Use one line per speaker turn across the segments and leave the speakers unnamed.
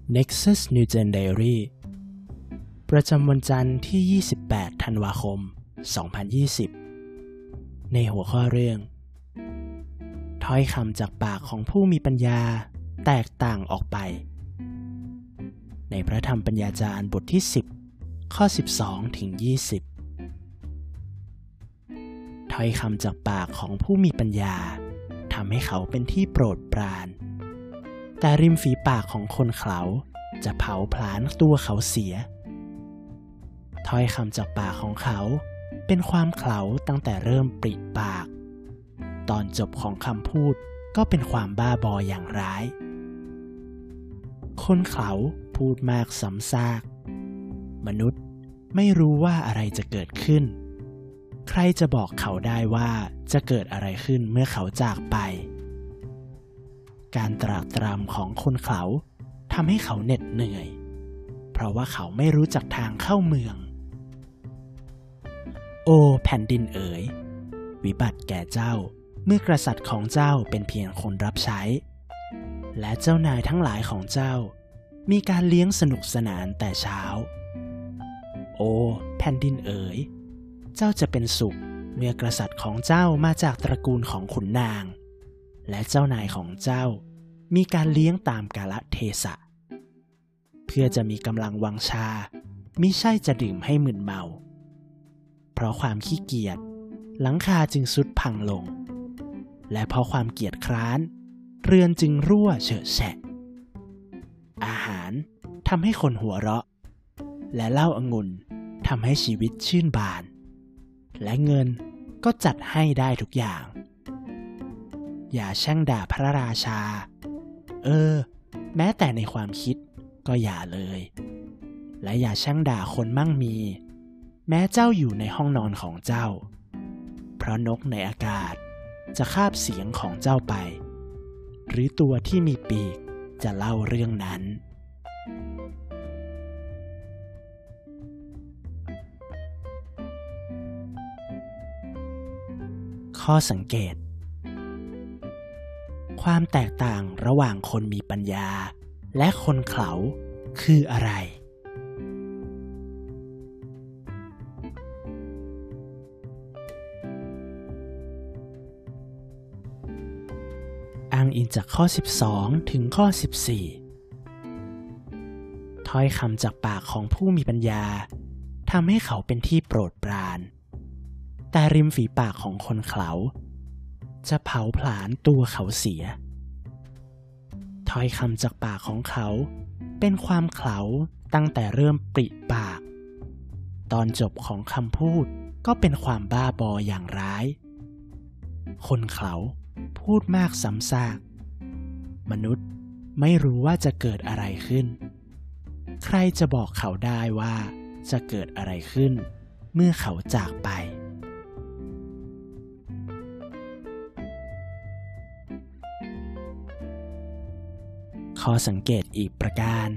Nexus New Gen Diary ประจำวันจันทร์ที่ 28 ธันวาคม 2020 ในหัวข้อเรื่องถ้อยคำจากปากของผู้มีปัญญาแตกต่างออกไปในพระธรรมปัญญาจารย์บทที่ 10 ข้อ 12 ถึง 20 ถ้อยคำจากปากของผู้มีปัญญาทำให้เขาเป็นที่โปรดปรานแต่ริมฝีปากของคนเขลาจะเผาผลาญตัวเขาเสียถ้อยคำจากปากของเขาเป็นความเขลาตั้งแต่เริ่มปริปากตอนจบของคำพูดก็เป็นความบ้าบออย่างร้ายคนเขลาพูดมากซ้ำซากมนุษย์ไม่รู้ว่าอะไรจะเกิดขึ้นใครจะบอกเขาได้ว่าจะเกิดอะไรขึ้นเมื่อเขาจากไปการตรากตรำของคนเขลาทำให้เขาเหน็ดเหนื่อยเพราะว่าเขาไม่รู้จักทางเข้าเมืองโอ้แผ่นดินเอ๋ยวิบัติแก่เจ้าเมื่อกษัตริย์ของเจ้าเป็นเพียงคนรับใช้และเจ้านายทั้งหลายของเจ้ามีการเลี้ยงสนุกสนานแต่เช้าโอ้แผ่นดินเอ๋ยเจ้าจะเป็นสุขเมื่อกษัตริย์ของเจ้ามาจากตระกูลของขุนนางและเจ้านายของเจ้ามีการเลี้ยงตามกาลเทศะเพื่อจะมีกำลังวังชามิใช่จะดื่มให้มึนเมาเพราะความขี้เกียจหลังคาจึงทรุดพังลงและเพราะความเกียจคร้านเรือนจึงรั่วเฉอะแฉะอาหารทำให้คนหัวเราะและเหล้าองุ่นทำให้ชีวิตชื่นบานและเงินก็จัดให้ได้ทุกอย่างอย่าแช่งด่าพระราชาแม้แต่ในความคิดก็อย่าเลยและอย่าแช่งด่าคนมั่งมีแม้เจ้าอยู่ในห้องนอนของเจ้าเพราะนกในอากาศจะคาบเสียงของเจ้าไปหรือตัวที่มีปีกจะเล่าเรื่องนั้นข้อสังเกตความแตกต่างระหว่างคนมีปัญญาและคนเขลาคืออะไรอ้างอิงจากข้อ 12 ถึงข้อ 14 ถ้อยคำจากปากของผู้มีปัญญาทำให้เขาเป็นที่โปรดปรานแต่ริมฝีปากของคนเขลาจะเผาผลาญตัวเขาเสียถ้อยคำจากปากของเขาเป็นความเขลาตั้งแต่เริ่มปริปากตอนจบของคำพูดก็เป็นความบ้าบออย่างร้ายคนเขลาพูดมากซ้ำซากมนุษย์ไม่รู้ว่าจะเกิดอะไรขึ้นใครจะบอกเขาได้ว่าจะเกิดอะไรขึ้นเมื่อเขาจากไปข้อสังเกตอีกประการ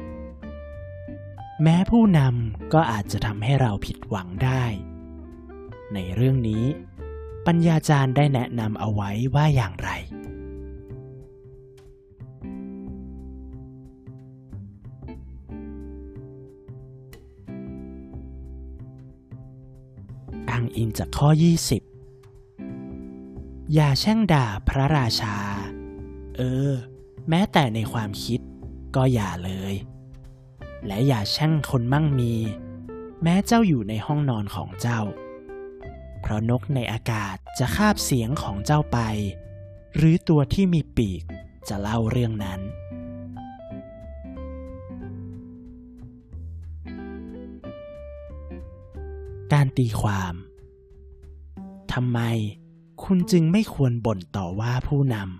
แม้ผู้นำก็อาจจะทำให้เราผิดหวังได้ในเรื่องนี้ปัญญาจารย์ได้แนะนำเอาไว้ว่าอย่างไรอ้างอิงจากข้อ 20 อย่าแช่งด่าพระราชาแม้แต่ในความคิดก็อย่าเลยและอย่าแช่งคนมั่งมีแม้เจ้าอยู่ในห้องนอนของเจ้าเพราะนกในอากาศจะคาบเสียงของเจ้าไปหรือตัวที่มีปีกจะเล่าเรื่องนั้นการตีความทำไมคุณจึงไม่ควรบ่นต่อว่าผู้นำ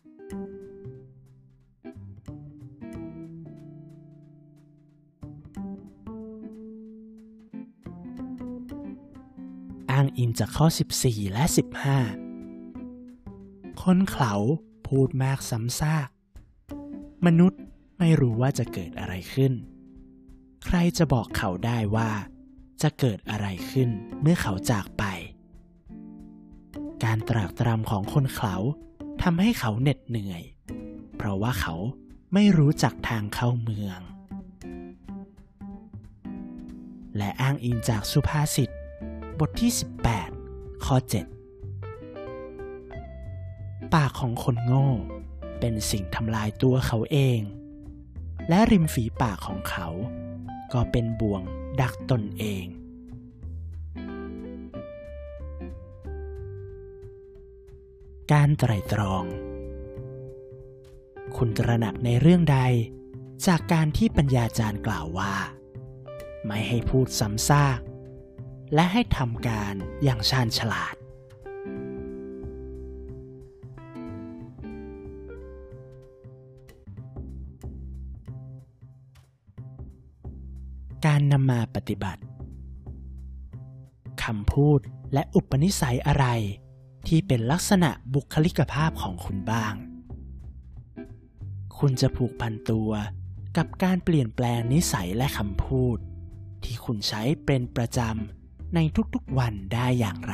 อ้างอิงจากข้อ 14 และ 15 คนเขลาพูดมากซ้ำซากมนุษย์ไม่รู้ว่าจะเกิดอะไรขึ้นใครจะบอกเขาได้ว่าจะเกิดอะไรขึ้นเมื่อเขาจากไปการตรากตรำของคนเขลาทำให้เขาเหน็ดเหนื่อยเพราะว่าเขาไม่รู้จักทางเข้าเมืองและอ้างอิงจากสุภาษิตบทที่18ข้อ7ปากของคนโง่เป็นสิ่งทำลายตัวเขาเองและริมฝีปากของเขาก็เป็นบ่วงดักตนเองการไตร่ตรองคุณตระหนักในเรื่องใดจากการที่ปัญญาจารย์กล่าวว่าไม่ให้พูดซ้ำซากและให้ทำการอย่างชาญฉลาดการนำมาปฏิบัติคำพูดและอุปนิสัยอะไรที่เป็นลักษณะบุคลิกภาพของคุณบ้างคุณจะผูกพันตัวกับการเปลี่ยนแปลงนิสัยและคำพูดที่คุณใช้เป็นประจำในทุกๆวันได้อย่างไร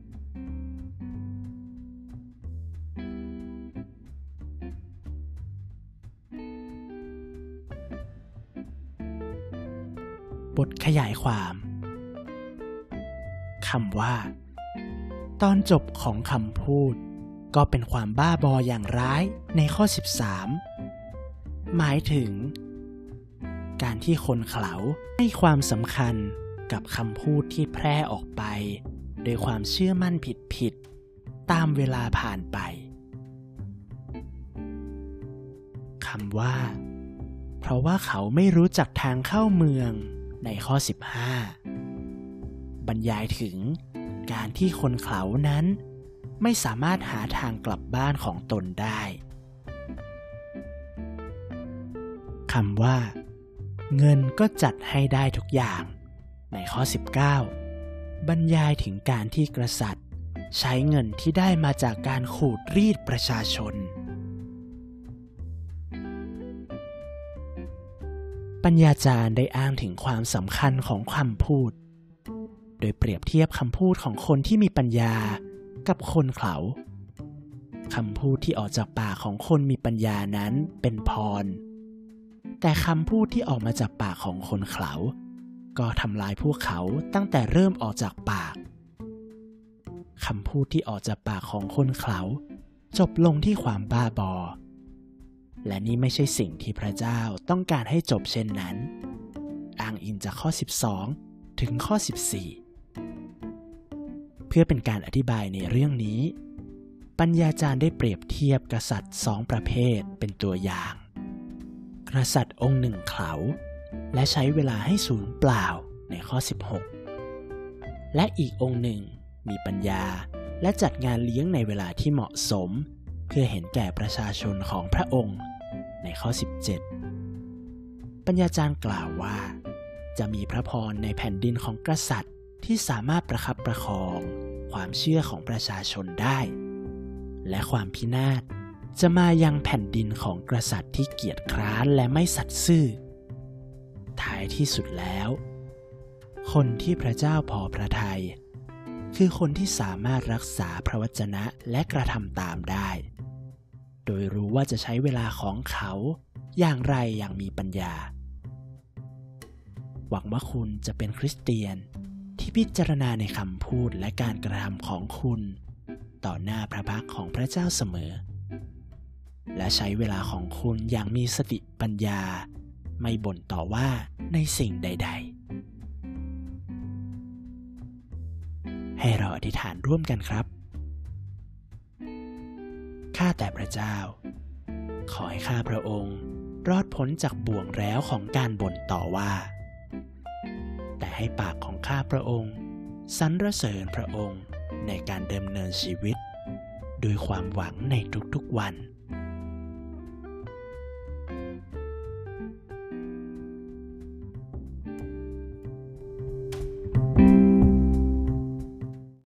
บทขยายความคำว่าตอนจบของคำพูดก็เป็นความบ้าบออย่างร้ายในข้อ13หมายถึงการที่คนเขลาให้ความสำคัญกับคำพูดที่แพร่ออกไปโดยความเชื่อมั่นผิดๆตามเวลาผ่านไปคำว่าเพราะว่าเขาไม่รู้จักทางเข้าเมืองในข้อ15บรรยายถึงการที่คนเขลานั้นไม่สามารถหาทางกลับบ้านของตนได้คำว่าเงินก็จัดให้ได้ทุกอย่างในข้อ19บรรยายถึงการที่กษัตริย์ใช้เงินที่ได้มาจากการขูดรีดประชาชนปัญญาจารย์ได้อ้างถึงความสำคัญของคำพูดโดยเปรียบเทียบคำพูดของคนที่มีปัญญากับคนเขลาคำพูดที่ออกจากปากของคนมีปัญญานั้นเป็นพรแต่คำพูดที่ออกมาจากปากของคนเขลาก็ทำลายพวกเขาตั้งแต่เริ่มออกจากปากคำพูดที่ออกจากปากของคนเขลาจบลงที่ความบ้าบอและนี่ไม่ใช่สิ่งที่พระเจ้าต้องการให้จบเช่นนั้นอ้างอิงจากข้อ12ถึงข้อ14เพื่อเป็นการอธิบายในเรื่องนี้ปัญญาจารย์ได้เปรียบเทียบกษัตริย์2ประเภทเป็นตัวอย่างกษัตริย์องค์หนึ่งเขลาและใช้เวลาให้สูญเปล่าในข้อ16และอีกองค์หนึ่งมีปัญญาและจัดงานเลี้ยงในเวลาที่เหมาะสมเพื่อเห็นแก่ประชาชนของพระองค์ในข้อ17ปัญญาจารย์กล่าวว่าจะมีพระพรในแผ่นดินของกษัตริย์ที่สามารถประคับประคองความเชื่อของประชาชนได้และความพินาศจะมายังแผ่นดินของกษัตริย์ที่เกียจคร้านและไม่สัตย์ซื่อท้ายที่สุดแล้วคนที่พระเจ้าพอพระทัยคือคนที่สามารถรักษาพระวจนะและกระทำตามได้โดยรู้ว่าจะใช้เวลาของเขาอย่างไรอย่างมีปัญญาหวังว่าคุณจะเป็นคริสเตียนที่พิจารณาในคำพูดและการกระทำของคุณต่อหน้าพระพักของพระเจ้าเสมอและใช้เวลาของคุณอย่างมีสติปัญญาไม่บ่นต่อว่าในสิ่งใดๆให้เราอธิษฐานร่วมกันครับข้าแต่พระเจ้าขอให้ข้าพระองค์รอดพ้นจากบ่วงแร้วของการบ่นต่อว่าแต่ให้ปากของข้าพระองค์สรรเสริญพระองค์ในการดำเนินชีวิตด้วยความหวังในทุกๆวัน